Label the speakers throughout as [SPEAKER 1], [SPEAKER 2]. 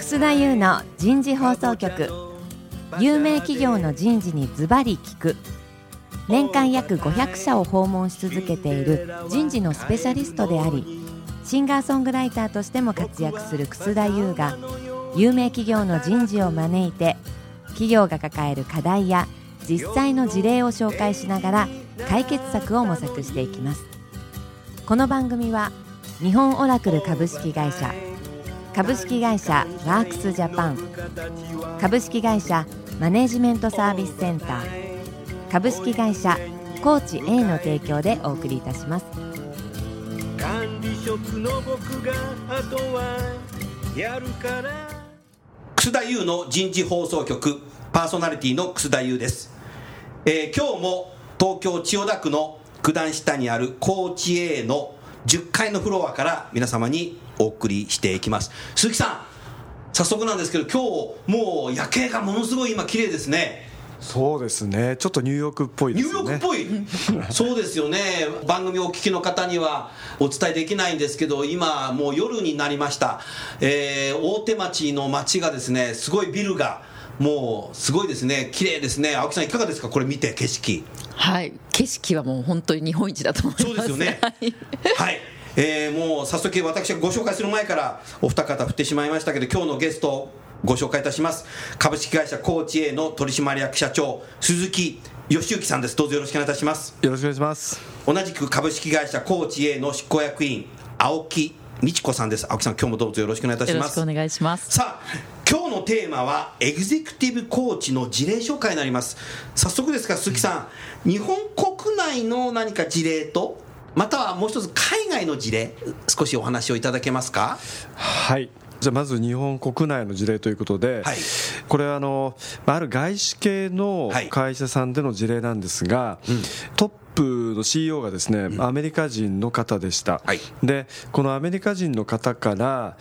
[SPEAKER 1] 楠田優の人事放送局。有名企業の人事にズバリ聞く。年間約500社を訪問し続けている人事のスペシャリストであり、シンガーソングライターとしても活躍する楠田優が、有名企業の人事を招いて企業が抱える課題や実際の事例を紹介しながら解決策を模索していきます。この番組は日本オラクル株式会社、株式会社ワークスジャパン、株式会社マネジメントサービスセンター、株式会社コーチ A の提供でお送りいたします。
[SPEAKER 2] 管理職の僕があとはやるから。
[SPEAKER 3] 楠田優の人事放送局、パーソナリティの楠田優です。今日も東京千代田区の九段下にあるコーチ A の10階のフロアから皆様にお送りしていきます。鈴木さん、早速なんですけど、今日もう夜景がものすごい今綺麗ですね。
[SPEAKER 4] そうですね、ちょっとニューヨークっぽいですよね。
[SPEAKER 3] ニューヨークっぽいそうですよね。番組をお聞きの方にはお伝えできないんですけど、今もう夜になりました。大手町の街がですね、すごいビルがもうすごいですね、綺麗ですね。青木さんいかがですか、これ見て景色。
[SPEAKER 5] はい、景色はもう本当に日本一だと思います。
[SPEAKER 3] そうですよねはい、もう早速私がご紹介する前からお二方振ってしまいましたけど、今日のゲストをご紹介いたします。株式会社コーチ A の取締役社長、鈴木義之さんです。どうぞよろしくお願いいたします。
[SPEAKER 4] よろしくお願いします。
[SPEAKER 3] 同じく株式会社コーチ A の執行役員、青木美智子さんです。青木さん、今日もどうぞよろしくお願いいたします。
[SPEAKER 5] よろしくお願いします。
[SPEAKER 3] さあ、今日のテーマはエグゼクティブコーチの事例紹介になります。早速ですが鈴木さん、日本国内の何か事例と、またはもう一つ海外の事例、少しお話をいただけますか。
[SPEAKER 4] はい、じゃあまず日本国内の事例ということで、
[SPEAKER 3] はい、
[SPEAKER 4] これはある外資系の会社さんでの事例なんですが、トップの CEO がですね、アメリカ人の方でした、はい、でこのアメリカ人の方から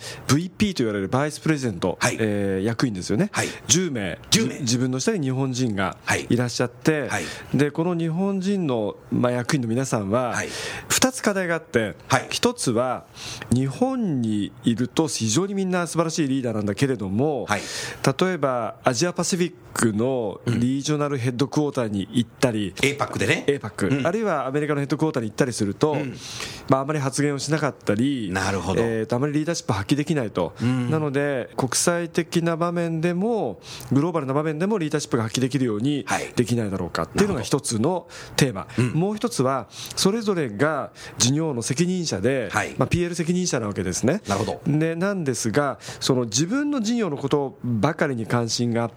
[SPEAKER 4] VP と言われるバイスプレゼント、はい、役員ですよね、はい、10名自分の下に日本人がいらっしゃって、はい、でこの日本人の、役員の皆さんは2つ課題があって、はい、1つは日本にいると非常にみんな素晴らしいリーダーなんだけれども、はい、例えばアジアパシフィックのリージョナルヘッドクォーターに行ったり、
[SPEAKER 3] APAC でね、
[SPEAKER 4] APAC、あるいはアメリカのヘッドクォーターに行ったりすると、あまり発言をしなかったり、
[SPEAKER 3] なるほど、
[SPEAKER 4] あまりリーダーシップ発揮できないと、なので国際的な場面でもグローバルな場面でもリーダーシップが発揮できるようにできないだろうかっていうのが一つのテーマ、もう一つはそれぞれが事業の責任者で、PL 責任者なわけですね。
[SPEAKER 3] なるほど。
[SPEAKER 4] でなんですが、その自分の事業のことばかりに関心があって、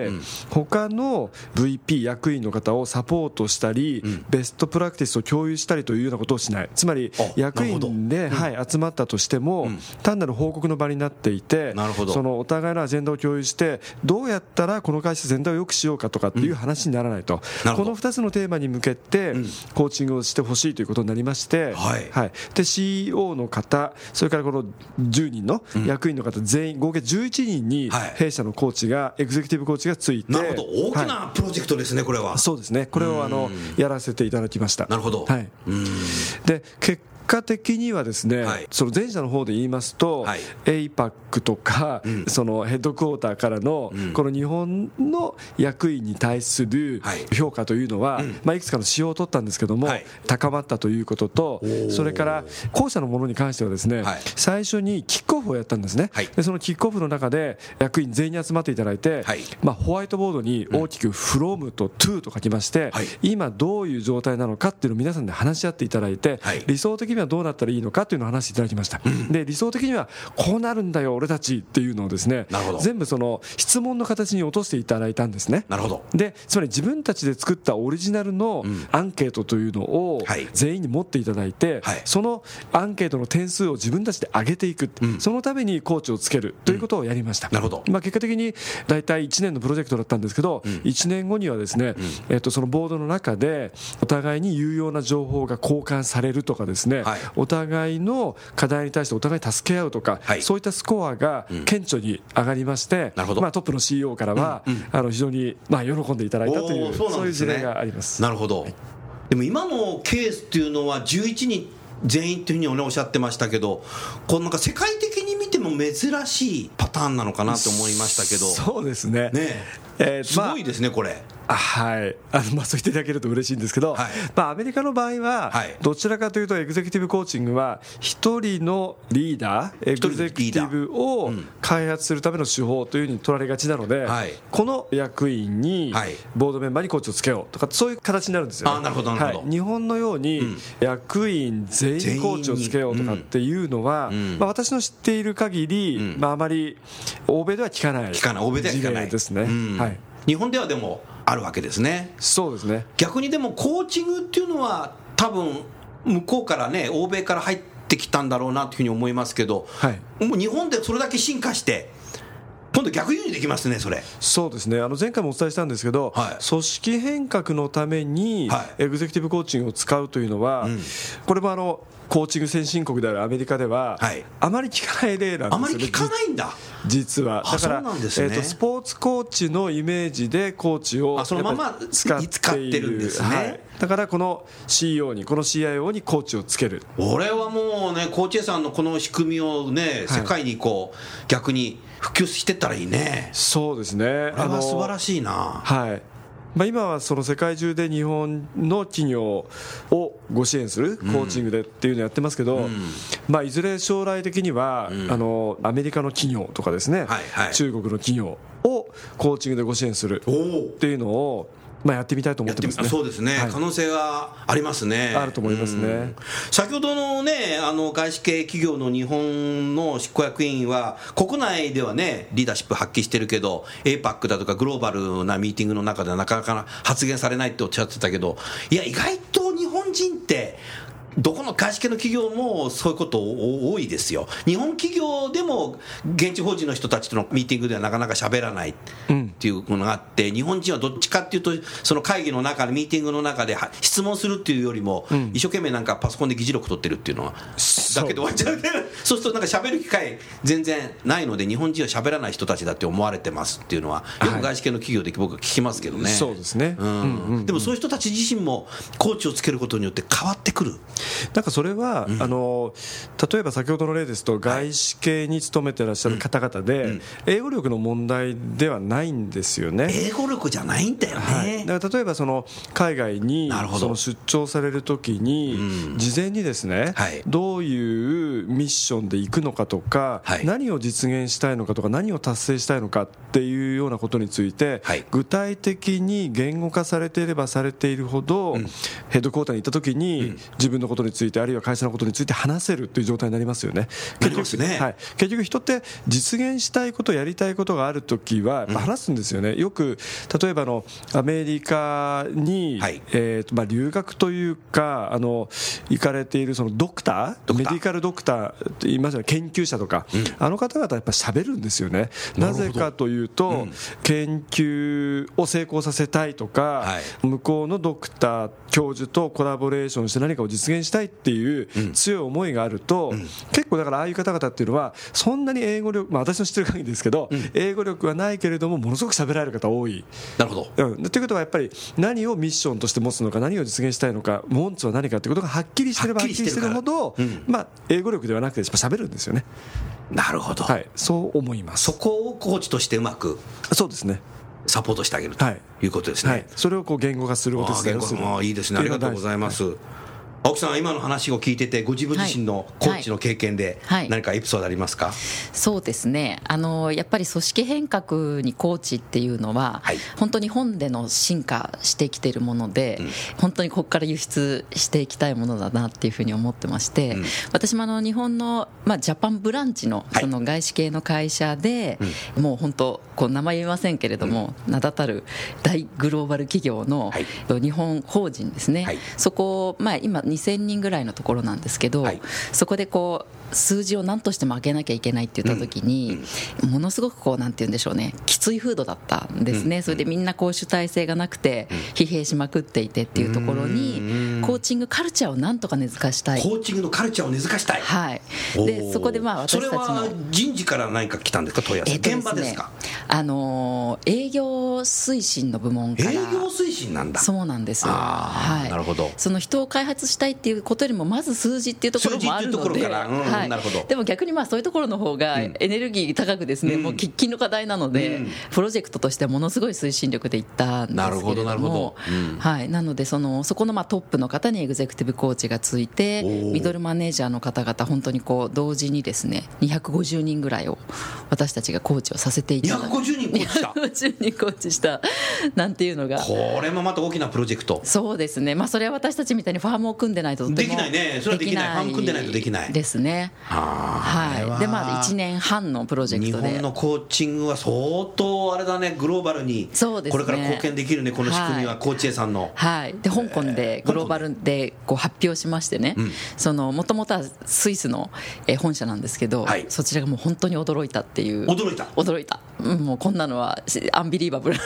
[SPEAKER 4] 他の VP 役員の方をサポートしたり、ベストプラクティスを共有したりというようなことをしない。つまり役員で、集まったとしても、単なる報告の場になっていて、そのお互いのアジェンダを共有してどうやったらこの会社全体を良くしようかとかっていう話にならないと、この2つのテーマに向けてコーチングをしてほしいということになりまして、で CEO の方、それからこの10人の役員の方全員合計11人に弊社のコーチが、エグゼクティブコーチがついて、
[SPEAKER 3] なるほど、大きなプロジェクトですね、これは。
[SPEAKER 4] そうですね、これをやらせていただきました。
[SPEAKER 3] なるほど、
[SPEAKER 4] はい、で結果的にはですね、その前者の方で言いますと、APAC とか、そのヘッドクォーターからのこの日本の役員に対する評価というのは、いくつかの指標を取ったんですけども、高まったということと、それから後者のものに関してはですね、最初にキックオフをやったんですね。でそのキックオフの中で役員全員に集まっていただいて、ホワイトボードに大きく from と to と書きまして、今どういう状態なのかっていうのを皆さんで話し合っていただいて、理想的にはどうなったらいいのかっていうのを話していただきました。で理想的にはこうなるんだよ俺たちっていうのをですね、全部その質問の形に落としていただいたんですね。
[SPEAKER 3] なるほど。
[SPEAKER 4] でつまり自分たちで作ったオリジナルのアンケートというのを全員に持っていただいて、そのアンケートの点数を自分たちで上げていく、そのためにコーチをつけるということをやりました。
[SPEAKER 3] なるほど。
[SPEAKER 4] 結果的に大体1年のプロジェクトだったんですけど、1年後にはですね、そのボードの中でお互いに有用な情報が交換されるとかですね、お互いの課題に対してお互い助け合うとか、そういったスコアが顕著に上がりまして、トップの CEO からは非常に喜んでいただいたという、そういう事例があります。
[SPEAKER 3] なるほど。でも今のケースっていうのは11人全員というふうにおっしゃってましたけど、こうなんか世界的に見てもも珍しいパターンなのかなと思いましたけど。
[SPEAKER 4] そうですね。
[SPEAKER 3] すごいですねこれ。
[SPEAKER 4] はい、そう言っていただけると嬉しいんですけど、アメリカの場合はどちらかというとエグゼクティブコーチングは一人のリーダー、エグゼクティブを開発するための手法というふうに取られがちなので、この役員にボードメンバーにコーチをつけようとかそういう形になるんですよね。
[SPEAKER 3] なるほどなるほど。
[SPEAKER 4] 日本のように役員全員コーチをつけようとかっていうのは、私の知っている限り、あまり欧米では聞かない事例ですね。
[SPEAKER 3] 日本ではでもあるわけですね。
[SPEAKER 4] そうですね。
[SPEAKER 3] 逆にでもコーチングっていうのは多分向こうからね、欧米から入ってきたんだろうなというふうに思いますけど、もう日本でそれだけ進化して今度逆輸入できますね。それ
[SPEAKER 4] そうですね。前回もお伝えしたんですけど、組織変革のためにエグゼクティブコーチングを使うというのは、これもコーチング先進国であるアメリカではあまり聞かない例なんですよね。
[SPEAKER 3] あまり聞かないんだ
[SPEAKER 4] 実は。だからスポーツコーチのイメージでコーチを
[SPEAKER 3] そのまま使ってるんですね。
[SPEAKER 4] だからこの CEO にこの CIO にコーチをつける。
[SPEAKER 3] 俺はもうね、コーチさんのこの仕組みをね、世界にこう逆に普及してったらいいね。
[SPEAKER 4] そうですね。
[SPEAKER 3] これは素晴らしいな。
[SPEAKER 4] 今はその世界中で日本の企業をご支援するコーチングでっていうのをやってますけど、いずれ将来的にはアメリカの企業とかですね、中国の企業をコーチングでご支援するっていうのをやってみたいと思ってますね。
[SPEAKER 3] そうですね、可能性はありますね。
[SPEAKER 4] あると思いますね。
[SPEAKER 3] 先ほどのね、外資系企業の日本の執行役員は国内ではねリーダーシップ発揮してるけど APAC だとかグローバルなミーティングの中ではなかなか発言されないっておっしゃってたけど、いや意外と日本人ってどこの外資系の企業もそういうこと多いですよ。日本企業でも現地法人の人たちとのミーティングではなかなか喋らないっていうものがあって、日本人はどっちかっていうとその会議の中でミーティングの中で質問するっていうよりも一生懸命なんかパソコンで議事録取ってるっていうのはだけで終わっちゃう。そうするとなんか喋る機会全然ないので日本人は喋らない人たちだって思われてますっていうのはよく外資系の企業で僕は聞きますけどね。
[SPEAKER 4] そうですね。
[SPEAKER 3] でもそういう人たち自身もコーチをつけることによって変わってくる。
[SPEAKER 4] なんかそれは、例えば先ほどの例ですと外資系に勤めてらっしゃる方々で、英語力の問題ではないんですよね。
[SPEAKER 3] 英語力じゃないんだよね。
[SPEAKER 4] だから例えばその海外にその出張されるときに事前にですね、どういうミッションで行くのかとか、何を実現したいのかとか何を達成したいのかっていうようなことについて、具体的に言語化されていればされているほど、ヘッドクォーターに行ったときに自分のことについてあるいは会社のことについて話せるという状態になりますよね。結局人って実現したいことやりたいことがあるときはやっぱ話すんですよね。よく例えばアメリカに、留学というか行かれているそのドクターメディカルドクターって言いますよね。研究者とか、あの方々はやっぱ喋るんですよね。なぜかというと、研究を成功させたいとか、向こうのドクター教授とコラボレーションして何かを実現したいっていう強い思いがあると、結構だからああいう方々っていうのはそんなに英語力、私の知ってる限りですけど、英語力はないけれどもものすごく喋られる方多い。
[SPEAKER 3] なるほど。
[SPEAKER 4] ということはやっぱり何をミッションとして持つのか何を実現したいのかモンツは何かってことがはっきりしてればはっきりしてるほど、英語力ではなくて喋るんですよね。
[SPEAKER 3] なるほど、
[SPEAKER 4] そう思います。
[SPEAKER 3] そこをコーチとしてうまく
[SPEAKER 4] そうですね
[SPEAKER 3] サポートしてあげるということですね。
[SPEAKER 4] それを言語化するお手伝いをする。
[SPEAKER 3] いいですね。ありがとうございます。青木さん、今の話を聞いててご自分自身のコーチの経験で何かエピソードありますか？
[SPEAKER 5] そうですね、やっぱり組織変革にコーチっていうのは、本当に本での進化してきているもので、本当にここから輸出していきたいものだなっていうふうに思ってまして、私も日本の、ジャパンブランチのその外資系の会社で、もう本当こう名前言いませんけれども、名だたる大グローバル企業の、日本法人ですね、そこ、今2000人ぐらいのところなんですけど、そこでこう数字を何としても上げなきゃいけないって言った時に、ものすごくこうなんて言うんでしょうね、きつい風土だったんですね。それでみんなこう主体性がなくて疲弊しまくっていてっていうところに、コーチングカルチャーをなんとか根付かしたい。
[SPEAKER 3] コーチングのカルチャーを根付かしたい。
[SPEAKER 5] でそこで私たちの
[SPEAKER 3] それは人事から何か来たんですか？問い合わせ、現場ですか？
[SPEAKER 5] 営業推進の部門から。
[SPEAKER 3] 営業推進なんだ。
[SPEAKER 5] そうなんです。
[SPEAKER 3] はい、なるほど。
[SPEAKER 5] その人を開発したいっていうことよりもまず数字っていうところもあるので、
[SPEAKER 3] なるほど。
[SPEAKER 5] でも逆にそういうところの方がエネルギー高くですね、もう喫緊の課題なので、プロジェクトとしてはものすごい推進力でいったんですけれども、
[SPEAKER 3] なるほどなるほど。
[SPEAKER 5] はい、なのでそこのトップの方にエグゼクティブコーチがついて、ミドルマネージャーの方々本当に同時にですね250人ぐらいを私たちがコーチをさせていただいて、
[SPEAKER 3] 250人コーチした
[SPEAKER 5] 250人コーチしたなんていうのが、
[SPEAKER 3] これもまた大きなプロジェクト。
[SPEAKER 5] そうですね、それは私たちみたいにファームを組んでないととても
[SPEAKER 3] できないね。それはできない。ファーム組んでないとできない
[SPEAKER 5] ですね。はい。で1年半のプロジェクトで、
[SPEAKER 3] 日本のコーチングは相当あれだね、グローバルにこれから貢献できるね、この仕組みは。コーチエさんの、
[SPEAKER 5] はい、で香港でグローバルで発表しましてね、もともとはスイスの本社なんですけど、そちらがもう本当に驚いたっていう。驚いた、もうこんなのはアンビリーバブル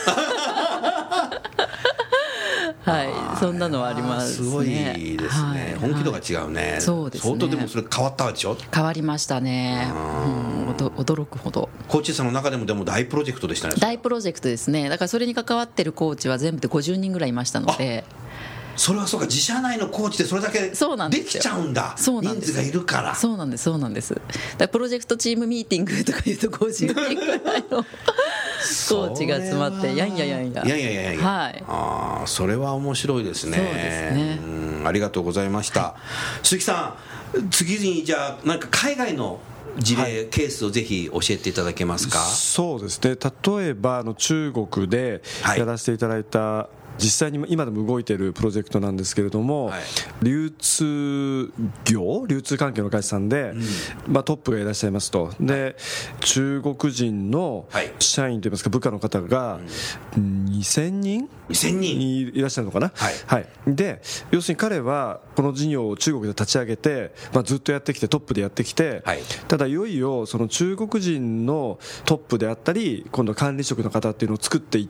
[SPEAKER 5] はい、そんなのはありますね。
[SPEAKER 3] すごいですね、本気度が違うね。
[SPEAKER 5] そうですね。
[SPEAKER 3] 相当でもそれ変わったでしょ。
[SPEAKER 5] 変わりましたね、驚くほど。
[SPEAKER 3] コーチさんの中でも大プロジェクトでしたね。
[SPEAKER 5] 大プロジェクトですね。だからそれに関わってるコーチは全部で50人ぐらいいましたので。
[SPEAKER 3] それはそうか、自社内のコーチでそれだけできちゃうんだ。人数がいるから。
[SPEAKER 5] そうなんです。だからプロジェクトチームミーティングとかいうと50人ぐらいのコーチが集まってやんや、はい、
[SPEAKER 3] それは面白いですね。
[SPEAKER 5] そうですね。
[SPEAKER 3] ありがとうございました、鈴木さん、次にじゃあなんか海外の事例、ケースをぜひ教えていただけますか。
[SPEAKER 4] そうですね、例えば中国でやらせていただいた、実際に今でも動いているプロジェクトなんですけれども、流通関係の会社さんで、トップがいらっしゃいますと。で、中国人の社員といいますか部下の方が2000人いらっしゃるのかな。で、要するに彼はこの事業を中国で立ち上げて、ずっとやってきてトップでやってきて、ただいよいよその中国人のトップであったり今度管理職の方っていうのを作っていって、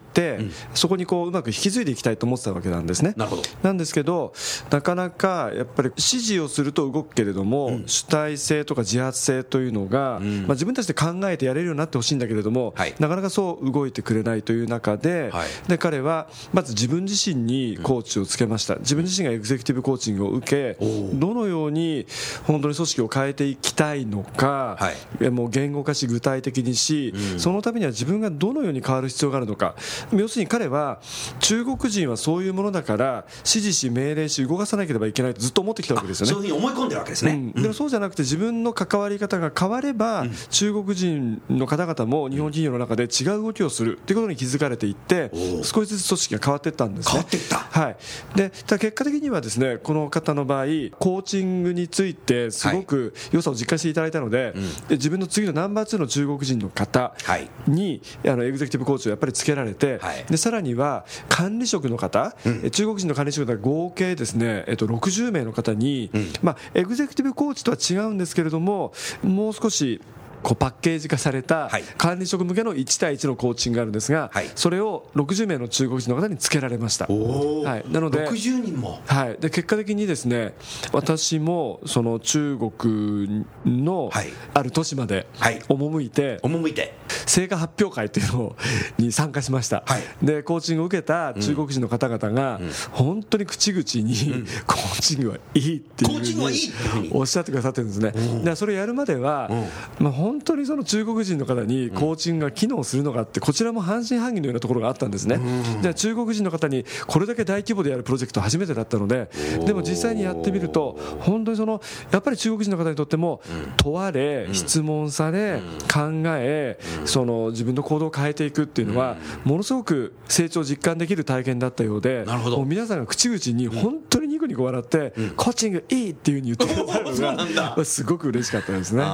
[SPEAKER 4] そこにうまく引き継いでいきたいと思ってたわけなんですね。なんですけど、なかなかやっぱり指示をすると動くけれども、主体性とか自発性というのが、自分たちで考えてやれるようになってほしいんだけれども、なかなかそう動いてくれないという中で、彼はまず自分自身にコーチをつけました。自分自身がエグゼクティブコーチングを受け、どのように本当に組織を変えていきたいのか、もう言語化し具体的にし、そのためには自分がどのように変わる必要があるのか。要するに彼は中国人はそういうものだから指示し命令し動かさなければいけないとずっと思ってきたわけですよね。
[SPEAKER 3] そういうふうに思い込んでるわけですね。
[SPEAKER 4] でもそうじゃなくて、自分の関わり方が変われば、中国人の方々も日本企業の中で違う動きをするということに気づかれていって、少しずつ組織が変わっていったんですね。で、ただ結果的にはですね、この方の場合コーチングについてすごく良さを実感していただいたので、自分の次のナンバー2の中国人の方にエグゼクティブコーチをやっぱりつけられて、でさらには管理職の方、中国人の管理職の方合計ですね、60名の方に、エグゼクティブコーチとは違うんですけれども、もう少しパッケージ化された管理職向けの1対1のコーチングがあるんですが、それを60名の中国人の方につけられました。なので
[SPEAKER 3] 60人も、
[SPEAKER 4] で結果的にですね、私もその中国のある都市まで赴いて成果発表会というのに参加しました。でコーチングを受けた中国人の方々が本当に口々にコーチングはいいっていうふうにおっしゃってくださってるんですね。でそれをやるまでは本当にその中国人の方にコーチングが機能するのかって、こちらも半信半疑のようなところがあったんですね。で中国人の方にこれだけ大規模でやるプロジェクト初めてだったので、でも実際にやってみると本当にやっぱり中国人の方にとっても問われ質問され考え、自分の行動を変えていくっていうのはものすごく成長を実感できる体験だったようで、もう皆さんが口々に本当にニコニコ笑ってコーチングいいっていう風に言ってくださるのがすごく嬉しかったですね。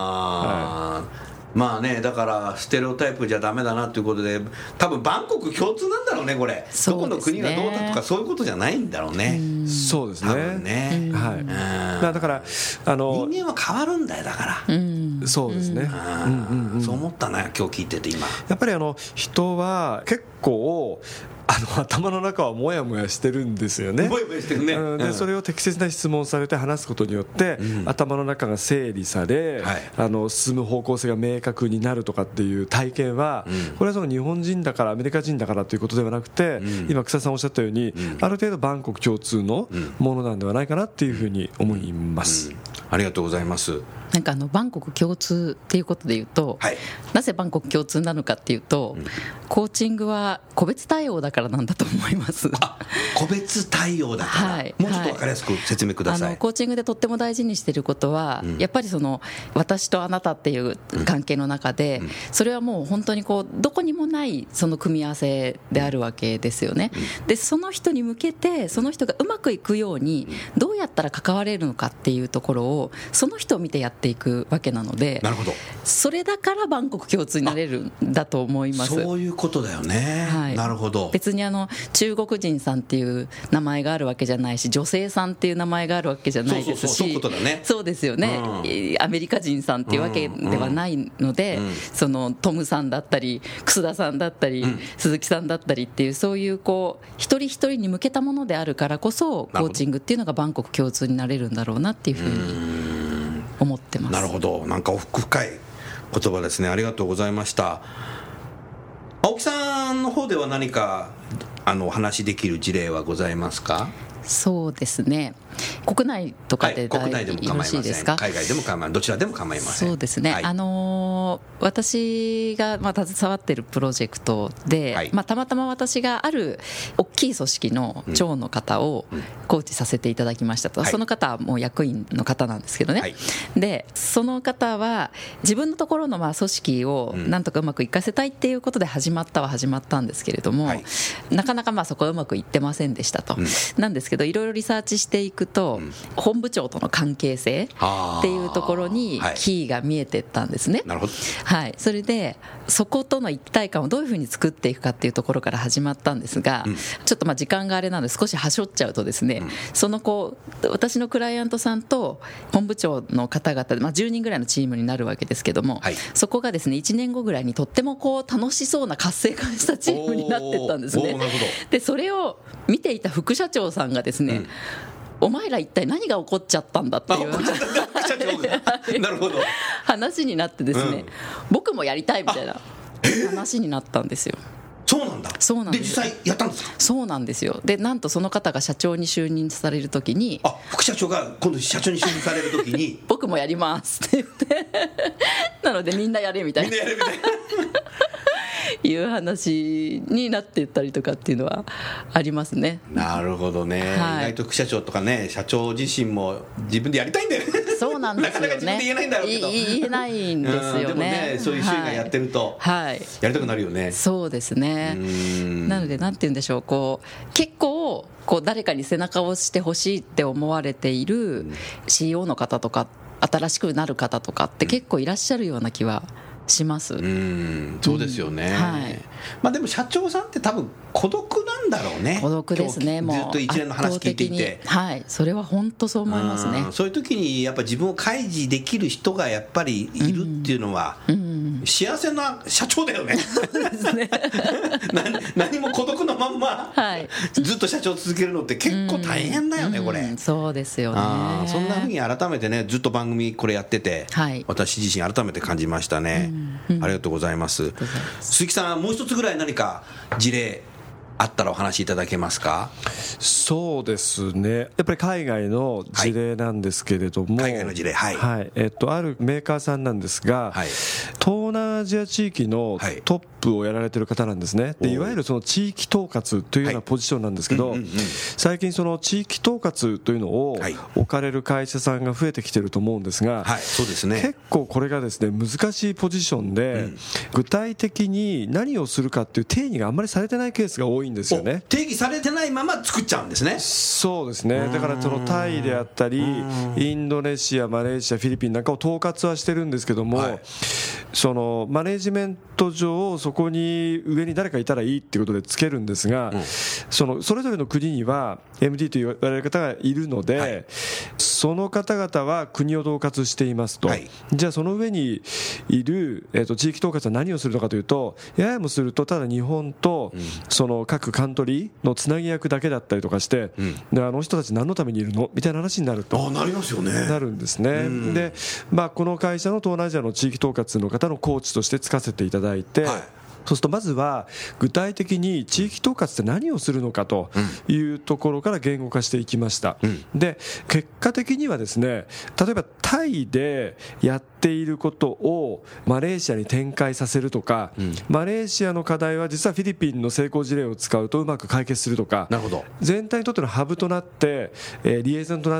[SPEAKER 3] だからステレオタイプじゃダメだなということで、多分万国共通なんだろうね、これ。どこの国がどうだとかそういうことじゃないんだろうね。
[SPEAKER 4] そうですね。だから
[SPEAKER 3] 人間は変わるんだよ、だから。
[SPEAKER 4] そうですね、
[SPEAKER 3] そう思ったな今日聞いてて。今
[SPEAKER 4] やっぱり人は結構頭の中はもやもやしてるんですよね。
[SPEAKER 3] もやもやしてるね、
[SPEAKER 4] でそれを適切な質問されて話すことによって、頭の中が整理され、進む方向性が明確になるとかっていう体験は、これはその日本人だからアメリカ人だからということではなくて、今草さんおっしゃったように、ある程度万国共通のものなんではないかなっていうふうに思います、
[SPEAKER 3] ありがとうございます。
[SPEAKER 5] なんか万国共通っていうことでいうと、なぜ万国共通なのかっていうと、コーチングは個別対応だからなんだと思います。
[SPEAKER 3] 個別対応だから、もうちょっと分かりやすく説明ください。
[SPEAKER 5] コーチングでとっても大事にしていることは、やっぱり私とあなたっていう関係の中で、それはもう本当にどこにもないその組み合わせであるわけですよね。でその人に向けてその人がうまくいくようにどうやったら関われるのかっていうところをその人を見てやっていくわけなので、
[SPEAKER 3] なるほど、
[SPEAKER 5] それだから万国共通になれるんだと思います。
[SPEAKER 3] そういうことだよね、なるほど。
[SPEAKER 5] 別に中国人さんっていう名前があるわけじゃないし、女性さんっていう名前があるわけじゃないですし、
[SPEAKER 3] そういうことだね。
[SPEAKER 5] そうですよね、アメリカ人さんっていうわけではないので、そのトムさんだったり楠田さんだったり、鈴木さんだったりっていう、そういう一人一人に向けたものであるからこそ、コーチングっていうのが万国共通になれるんだろうなっていうふうに思ってます。
[SPEAKER 3] なるほど、なんか奥深い言葉ですね。ありがとうございました。青木さんの方では何かお話しできる事例はございますか？
[SPEAKER 5] そうですね、国内とかで
[SPEAKER 3] 国内でも構いません、海外でも構いません、どちらでも構いません。
[SPEAKER 5] そうですね、私が携わっているプロジェクトで、たまたま私がある大きい組織の長の方をコーチさせていただきましたと、その方はもう役員の方なんですけどね、でその方は自分のところの組織をなんとかうまくいかせたいっていうことで始まったんですけれども、なかなかそこはうまくいってませんでしたと、なんですけどいろいろリサーチしていくと、本部長との関係性っていうところにキーが見えてったんですね。
[SPEAKER 3] なるほど、
[SPEAKER 5] それでそことの一体感をどういうふうに作っていくかっていうところから始まったんですが、ちょっと時間があれなので少しはしょっちゃうとですね、私のクライアントさんと本部長の方々で、10人ぐらいのチームになるわけですけども、そこがですね1年後ぐらいにとっても楽しそうな活性化したチームになってったんですね。でそれを見ていた副社長さんがですね、お前ら一体何が起こっちゃったんだっていう
[SPEAKER 3] なるほど
[SPEAKER 5] 話になってですね、僕もやりたいみたいな話になったんですよ。
[SPEAKER 3] そうなんだ。
[SPEAKER 5] そうなんです。
[SPEAKER 3] で実際やったんですか？
[SPEAKER 5] そうなんですよ。でなんとその方が社長に就任されるときに、
[SPEAKER 3] 副社長が今度社長に就任されるときに
[SPEAKER 5] 僕もやりますって言ってなのでみんなやれみたいないう話になっていったりとかっていうのはありますね。
[SPEAKER 3] なるほどね、意外と副社長とかね、社長自身も自分でやりたいんだよね。
[SPEAKER 5] そうなんですよね。
[SPEAKER 3] なかなか自分で言えないんだろうけど、
[SPEAKER 5] 言えないんですよね。
[SPEAKER 3] でもね、そういう周囲がやってると、やりたくなるよね。
[SPEAKER 5] そうですね。なのでなんて言うんでしょう、結構誰かに背中を押してほしいって思われている CEO の方とか新しくなる方とかって結構いらっしゃるような気はします。
[SPEAKER 3] そうですよね、でも社長さんって多分孤独なんだろうね。
[SPEAKER 5] 孤独ですね。もう
[SPEAKER 3] ずっと一連の話聞いていて、
[SPEAKER 5] それは本当そう思いますね。
[SPEAKER 3] そういう時にやっぱ自分を開示できる人がやっぱりいるっていうのは、幸せな社長だよね。何も孤独のまんま、ずっと社長続けるのって結構大変だよね、これ。
[SPEAKER 5] そうですよね。
[SPEAKER 3] そんなふうに改めてね、ずっと番組これやってて、私自身改めて感じましたね。ありがとうございます。鈴木さん、もう一つぐらい何か事例あったらお話しいただけますか？
[SPEAKER 4] そうですね、やっぱり海外の事例なんですけれども、
[SPEAKER 3] 海外の事例、あ
[SPEAKER 4] るメーカーさんなんですが、東南アジア地域のトップをやられてる方なんですね。でいわゆるその地域統括というようなポジションなんですけど、最近その地域統括というのを置かれる会社さんが増えてきてると思うんですが、
[SPEAKER 3] そうですね、
[SPEAKER 4] 結構これがですね難しいポジションで、具体的に何をするかっていう定義があんまりされてないケースが多いんですよね。
[SPEAKER 3] 定義されてないまま作っちゃうんですね。
[SPEAKER 4] そうですね。だからそのタイであったりインドネシア、マレーシア、フィリピンなんかを統括はしてるんですけども、そのマネジメント上そこに上に誰かいたらいいっていうことでつけるんですが、それぞれの国には MD と言われる方がいるので、はい、その方々は国を統括していますと、はい、じゃあその上にいる、地域統括は何をするのかというと、ややもするとただ日本とその各カントリーのつなぎ役だけだったりとかして、であの人たち何のためにいるのみたいな話になると、
[SPEAKER 3] なりますよね、
[SPEAKER 4] なるんですね。で、この会社の東南アジアの地域統括の方のコーチとしてつかせていただいて、はい、そうするとまずは具体的に地域統括って何をするのかというところから言語化していきました。で結果的にはですね、例えばタイでやっていることをマレーシアに展開させるとか、マレーシアの課題は実はフィリピンの成功事例を使うとうまく解決するとか、
[SPEAKER 3] なるほど、
[SPEAKER 4] 全体にとってのハブとなって、リエゾンとなって、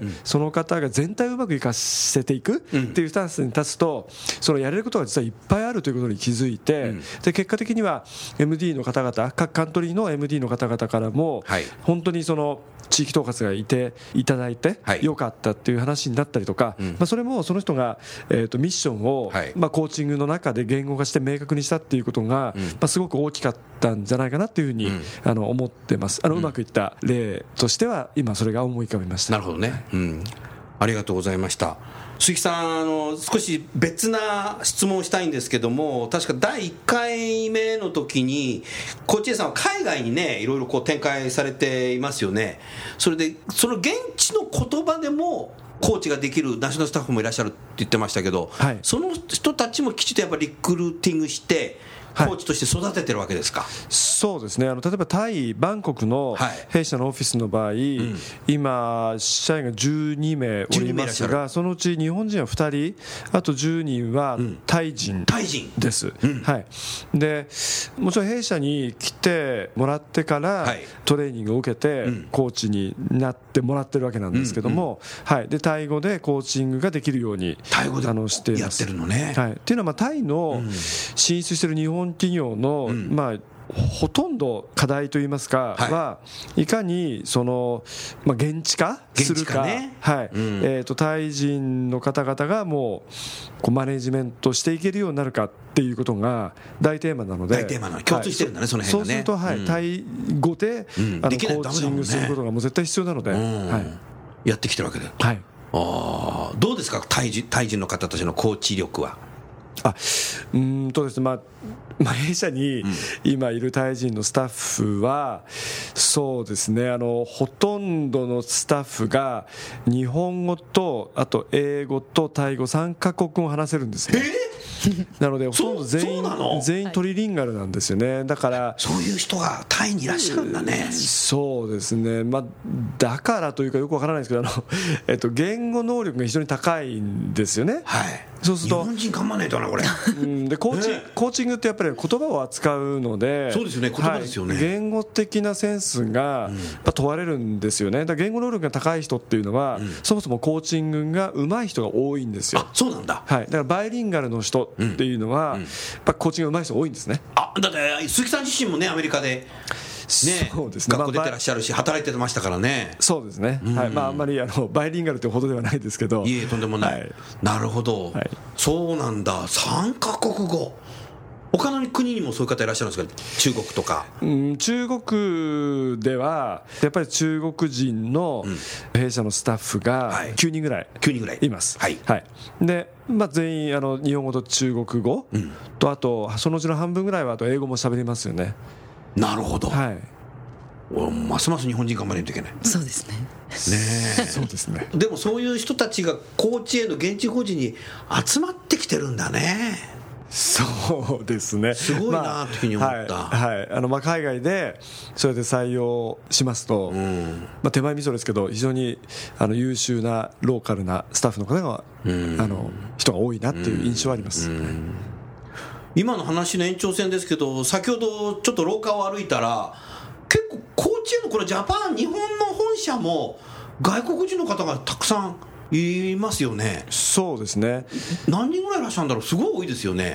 [SPEAKER 4] その方が全体をうまく生かせていくっていうスタンスに立つと、そのやれることが実はいっぱいあるということに気づいて、で結果的には MD の方々、各カントリーの MD の方々からも、本当にその地域統括がいていただいてよかったっていう話になったりとか、それもその人がミッションをコーチングの中で言語化して明確にしたっていうことがすごく大きかったんじゃないかなっていうふうに思ってます。うまくいった例としては今それが思い浮かびました。
[SPEAKER 3] なるほどね、ありがとうございました。鈴木さん、少し別な質問をしたいんですけども、確か第1回目の時にコーチ A さんは海外にねいろいろこう展開されていますよね。それでその現地の言葉でもコーチができるナショナルスタッフもいらっしゃるって言ってましたけど、はい、その人たちもきちっとやっぱりリクルーティングしてコーチとして育ててるわけですか。
[SPEAKER 4] そうですね、例えばタイ・バンコクの弊社のオフィスの場合、今社員が12名おりますが、そのうち日本人は2人、あと10人はタイ人です、はい、でもちろん弊社に来てもらってからトレーニングを受けてコーチになってもらってるわけなんですけども、はい、でタイ語でコーチングができるようにしています。
[SPEAKER 3] やってるのね、
[SPEAKER 4] はい、っていうのはタイの進出している日本企業の、ほとんど課題といいますか、いかにその、現地化するか、タイ人の方々がもうこうマネジメントしていけるようになるかっていうことが大テーマなので、
[SPEAKER 3] 大テーマの共通してるんだね、その辺がね。
[SPEAKER 4] そうすると、タイ語で、コーチングすることがもう絶対必要なので、
[SPEAKER 3] やってきてるわけで、どうですか、タイ人の方たちのコーチ力は。
[SPEAKER 4] ですね、弊社に今いるタイ人のスタッフは、そうですね、ほとんどのスタッフが日本語とあと英語とタイ語3カ国語を話せるんですね。なのでほとんど全員トリリンガルなんですよね。だから
[SPEAKER 3] そういう人がタイにいらっしゃるんだね。
[SPEAKER 4] そうですね、だからというかよくわからないですけど、言語能力が非常に高いんですよね。そうすると
[SPEAKER 3] 日本人頑張らないとなこれ
[SPEAKER 4] でコーチングってやっぱり言葉を扱うので、
[SPEAKER 3] そうですよね、言葉ですよね、
[SPEAKER 4] 言語的なセンスが問われるんですよね。だから言語能力が高い人っていうのは、そもそもコーチングが上手い人が多いんですよ。
[SPEAKER 3] そうなんだ。
[SPEAKER 4] だからバイリンガルの人っていうのは、やっぱコーチングが上手い人多いんですね。
[SPEAKER 3] だって鈴木さん自身もね、アメリカでそうですね、学校出てらっしゃるし、働いてましたからね。
[SPEAKER 4] そうですね、あんまりバイリンガルというほどではないですけど。
[SPEAKER 3] いえ、とんでもない、なるほど、そうなんだ。3カ国語、他の国にもそういう方いらっしゃるんですか。中国とか。
[SPEAKER 4] 中国ではやっぱり中国人の弊社のスタッフが9人ぐらいいます。で全員日本語と中国語と、あとそのうちの半分ぐらいはあと英語も喋りますよね。
[SPEAKER 3] なるほど、ますます日本人頑張らないといけない。
[SPEAKER 5] そうですね。
[SPEAKER 4] そうですね。
[SPEAKER 3] でもそういう人たちがコーチへの現地法人に集まってきてるんだね。
[SPEAKER 4] そうですね、
[SPEAKER 3] すごいなというふうに思った。
[SPEAKER 4] 海外でそれで採用しますと、手前味噌ですけど非常に優秀なローカルなスタッフの方が人が多いなっていう印象はあります。
[SPEAKER 3] 今の話の延長線ですけど、先ほどちょっと廊下を歩いたら結構コーチへのこのジャパン、日本の本社も外国人の方がたくさんいますよね。
[SPEAKER 4] そうですね。
[SPEAKER 3] 何人ぐらいいらっしゃるんだろう。すごい多いですよね。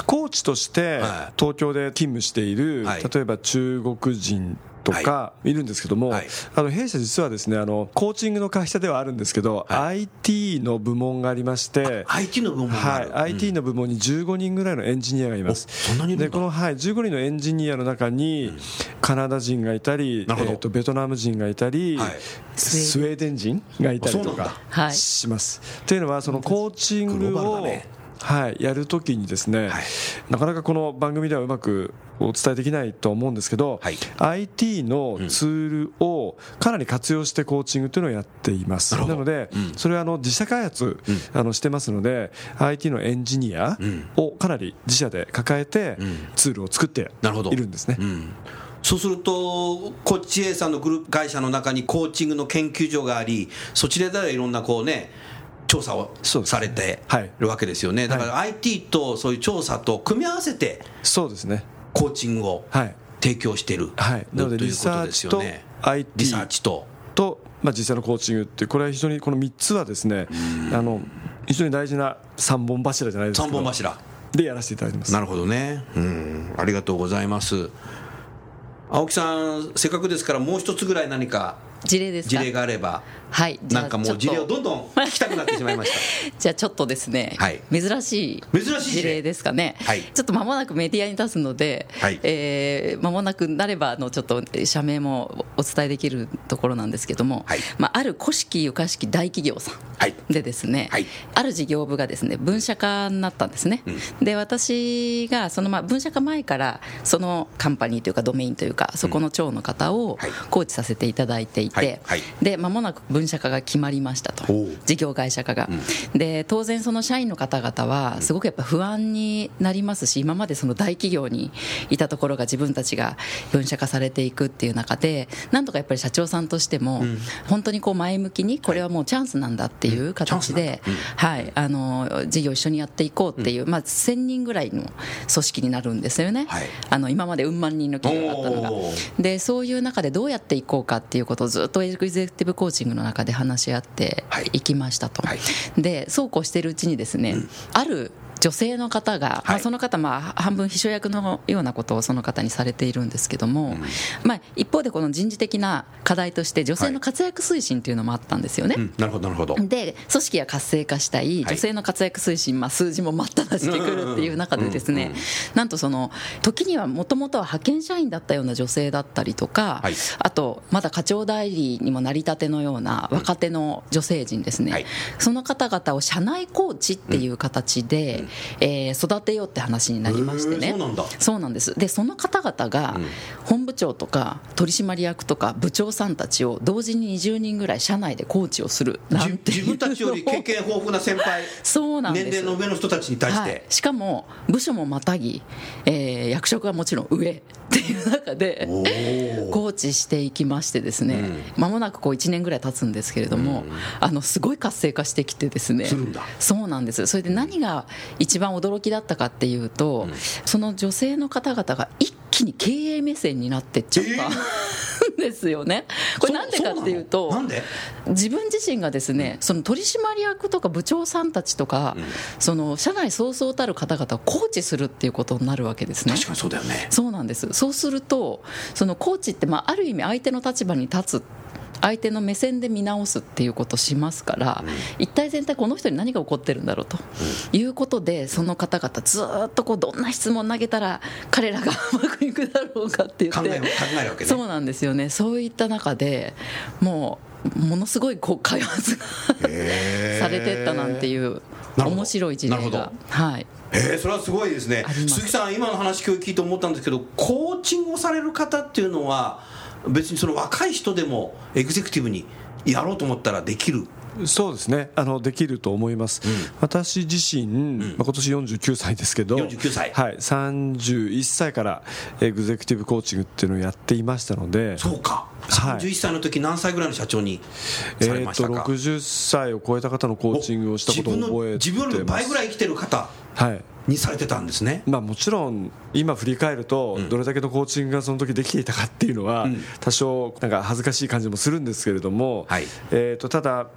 [SPEAKER 4] コーチとして東京で勤務している、例えば中国人とかいるんですけども、弊社実はですねコーチングの会社ではあるんですけど、IT の部門がありまして、
[SPEAKER 3] IT の部門がある、
[SPEAKER 4] IT の部門に15人ぐらいのエンジニアがいます。
[SPEAKER 3] そんなにいるんだ。
[SPEAKER 4] でこの、15人のエンジニアの中に、カナダ人がいたり、ベトナム人がいたり、スウェーデン人がいたりとかします。というのはそのコーチングをやるときにですね、なかなかこの番組ではうまくお伝えできないと思うんですけど、IT のツールをかなり活用してコーチングというのをやっています。なのでそれは自社開発してますので、IT のエンジニアをかなり自社で抱えてツールを作っているんですね。
[SPEAKER 3] そうするとコーチ A さんのグループ会社の中にコーチングの研究所があり、そちらではいろんなこうね調査をされてるわけですよね。だから IT とそういう調査と組み合わせて、
[SPEAKER 4] そうですね、
[SPEAKER 3] コーチングを提供している、
[SPEAKER 4] なのでリサーチと IT
[SPEAKER 3] リサーチと
[SPEAKER 4] 実際のコーチングって、これは非常にこの3つはですね、非常に大事な3本柱じゃないですか。3本柱でやらせていただいてます。
[SPEAKER 3] なるほどね、ありがとうございます。青木さん、せっかくですからもう一つぐらい何か
[SPEAKER 5] 事例ですか。
[SPEAKER 3] 事例があれば。なんかもう事例をどんどん聞きたくなってしまいました
[SPEAKER 5] じゃあちょっとですね、珍しい事例ですかね。ちょっと間もなくメディアに立つので、間もなくなればちょっと社名もお伝えできるところなんですけども、ある古式ゆかしき大企業さんでですね、ある事業部がですね分社化になったんですね。で私がその分社化前からそのカンパニーというかドメインというかそこの長の方をコーチさせていただいていて、で間もなく分社化が決まりましたと、事業会社化が、で当然その社員の方々はすごくやっぱ不安になりますし、今までその大企業にいたところが自分たちが分社化されていくっていう中で、なんとかやっぱり社長さんとしても本当にこう前向きにこれはもうチャンスなんだっていう形で、事業一緒にやっていこうっていう、1000人ぐらいの組織になるんですよね。今までうん万人の企業だったのが。でそういう中でどうやっていこうかっていうことをずっとエグゼクティブコーチングの中で話し合っていきましたと。でそうこうしているうちにですね、ある女性の方が、その方半分秘書役のようなことをその方にされているんですけども、一方でこの人事的な課題として女性の活躍推進というのもあったんですよね。
[SPEAKER 3] なるほどなるほど。
[SPEAKER 5] で組織が活性化したい、女性の活躍推進、数字も待ったなしでくるっていう中でですね、なんとその時にはもともとは派遣社員だったような女性だったりとか、あとまだ課長代理にもなりたてのような若手の女性陣ですね、その方々を社内コーチっていう形で育てようって話になりましてね。そうなんです。でその方々が本部長とか取締役とか部長さんたちを同時に20人ぐらい社内でコーチをするなんていう、
[SPEAKER 3] 自分たちより経験豊富な先輩
[SPEAKER 5] そうなんです、
[SPEAKER 3] 年齢の上の人たちに対して、
[SPEAKER 5] しかも部署もまたぎ、役職はもちろん上っていう中でコーチしていきましてですね、間もなく1年ぐらい経つんですけれども、すごい活性化してきてですね。そうなんです。それで何が一番驚きだったかっていうと、その女性の方々が一気に経営目線になってっちゃったんですよね。これなんでかっていうと、自分自身がですね、その取締役とか部長さんたちとか、その社内そうそうたる方々をコーチするっていうことになるわけですね。
[SPEAKER 3] 確かにそうだよね。
[SPEAKER 5] そうなんです。そうするとそのコーチってある意味相手の立場に立つ、相手の目線で見直すっていうことをしますから、一体全体この人に何が起こってるんだろうということで、その方々ずっとどんな質問を投げたら彼らがうまくいくだろうかって言って考えるわけね。そうなんですよね。そういった中でものすごい開発がされてったなんていう面白い事例が。
[SPEAKER 3] それはすごいですね。鈴木さん、今の話今日聞いて思ったんですけど、コーチングをされる方っていうのは別にその若い人でもエグゼクティブにやろうと思ったらできる。
[SPEAKER 4] そうですね、できると思います。私自身、今年49歳ですけど、31歳からエグゼクティブコーチングっていうのをやっていましたので。
[SPEAKER 3] そうか。31歳の時何歳ぐらいの社長にされましたか
[SPEAKER 4] ？60歳を超えた方のコーチングをしたことを覚えてます。
[SPEAKER 3] 自分より倍ぐらい生きてる方にされてたんですね。
[SPEAKER 4] もちろん今振り返るとどれだけのコーチングがその時できていたかっていうのは多少なんか恥ずかしい感じもするんですけれども、ただ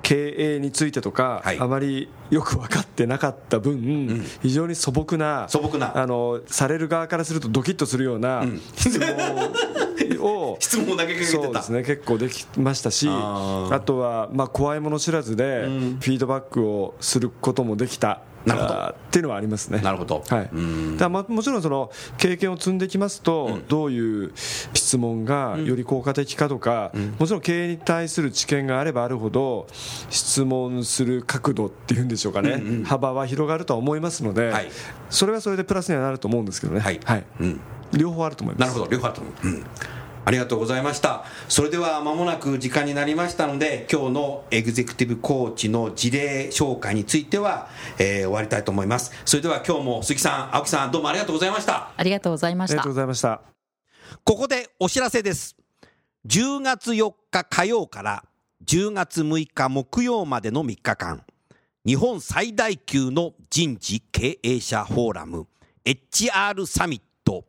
[SPEAKER 4] 経営についてとか、あまりよく分かってなかった分、非常に素朴なされる側からするとドキッとするような質問を
[SPEAKER 3] 質問を投げかけてた。
[SPEAKER 4] そうですね、結構できましたし、あとは怖いもの知らずでフィードバックをすることもできたっていうのはありますね。
[SPEAKER 3] なるほど。
[SPEAKER 4] はい、だもちろんその経験を積んできますと、どういう質問がより効果的かとか、もちろん経営に対する知見があればあるほど質問する角度っていうんでしょうかね、幅は広がるとは思いますので、それはそれでプラスにはなると思うんですけどね。両方あると思います。
[SPEAKER 3] なるほど、両方あると思う。ありがとうございました。それでは間もなく時間になりましたので、今日のエグゼクティブコーチの事例紹介については、終わりたいと思います。それでは今日も鈴木さん、青木さん、どうもありがとうございました。
[SPEAKER 5] ありがとうございました。
[SPEAKER 4] ありがとうございました。
[SPEAKER 3] ここでお知らせです。10月4日火曜から10月6日木曜までの3日間、日本最大級の人事経営者フォーラム HR サミット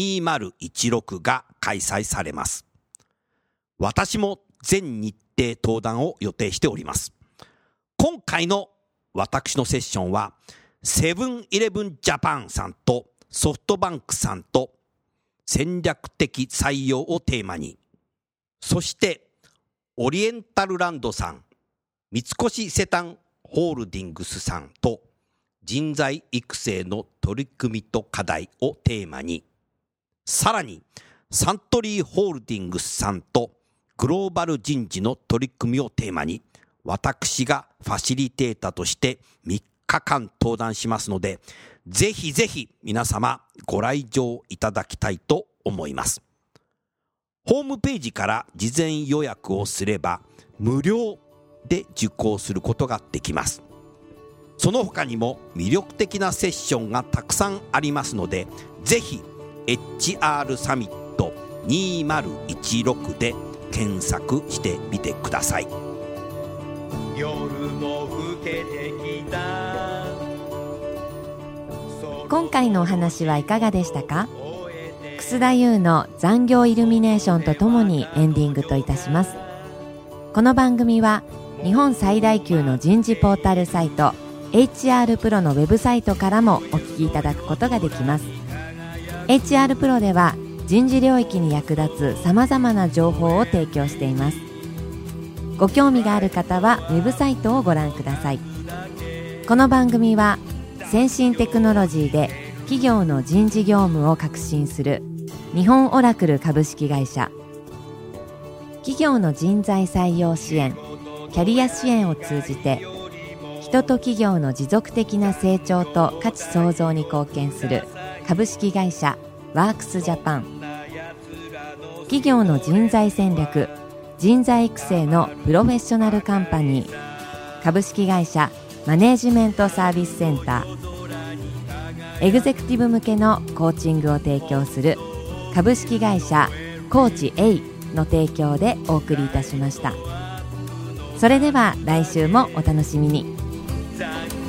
[SPEAKER 3] 2016が開催されます。私も全日程登壇を予定しております。今回の私のセッションはセブンイレブンジャパンさんとソフトバンクさんと戦略的採用をテーマに、そしてオリエンタルランドさん、三越セタンホールディングスさんと人材育成の取り組みと課題をテーマに、さらにサントリーホールディングスさんとグローバル人事の取り組みをテーマに、私がファシリテーターとして3日間登壇しますので、ぜひぜひ皆様ご来場いただきたいと思います。ホームページから事前予約をすれば無料で受講することができます。その他にも魅力的なセッションがたくさんありますので、ぜひHR サミット2016で検索してみてください。
[SPEAKER 2] 夜も更けてきた。
[SPEAKER 1] 今回のお話はいかがでしたか？楠田優の残業イルミネーションとともにエンディングといたします。この番組は日本最大級の人事ポータルサイト HR プロのウェブサイトからもお聞きいただくことができます。 HR プロでは人事領域に役立つさまざまな情報を提供しています。ご興味がある方はウェブサイトをご覧ください。この番組は先進テクノロジーで企業の人事業務を革新する日本オラクル株式会社、企業の人材採用支援、キャリア支援を通じて人と企業の持続的な成長と価値創造に貢献する株式会社ワークスジャパン、企業の人材戦略、人材育成のプロフェッショナルカンパニー株式会社マネージメントサービスセンター、エグゼクティブ向けのコーチングを提供する株式会社コーチ A の提供でお送りいたしました。それでは来週もお楽しみに。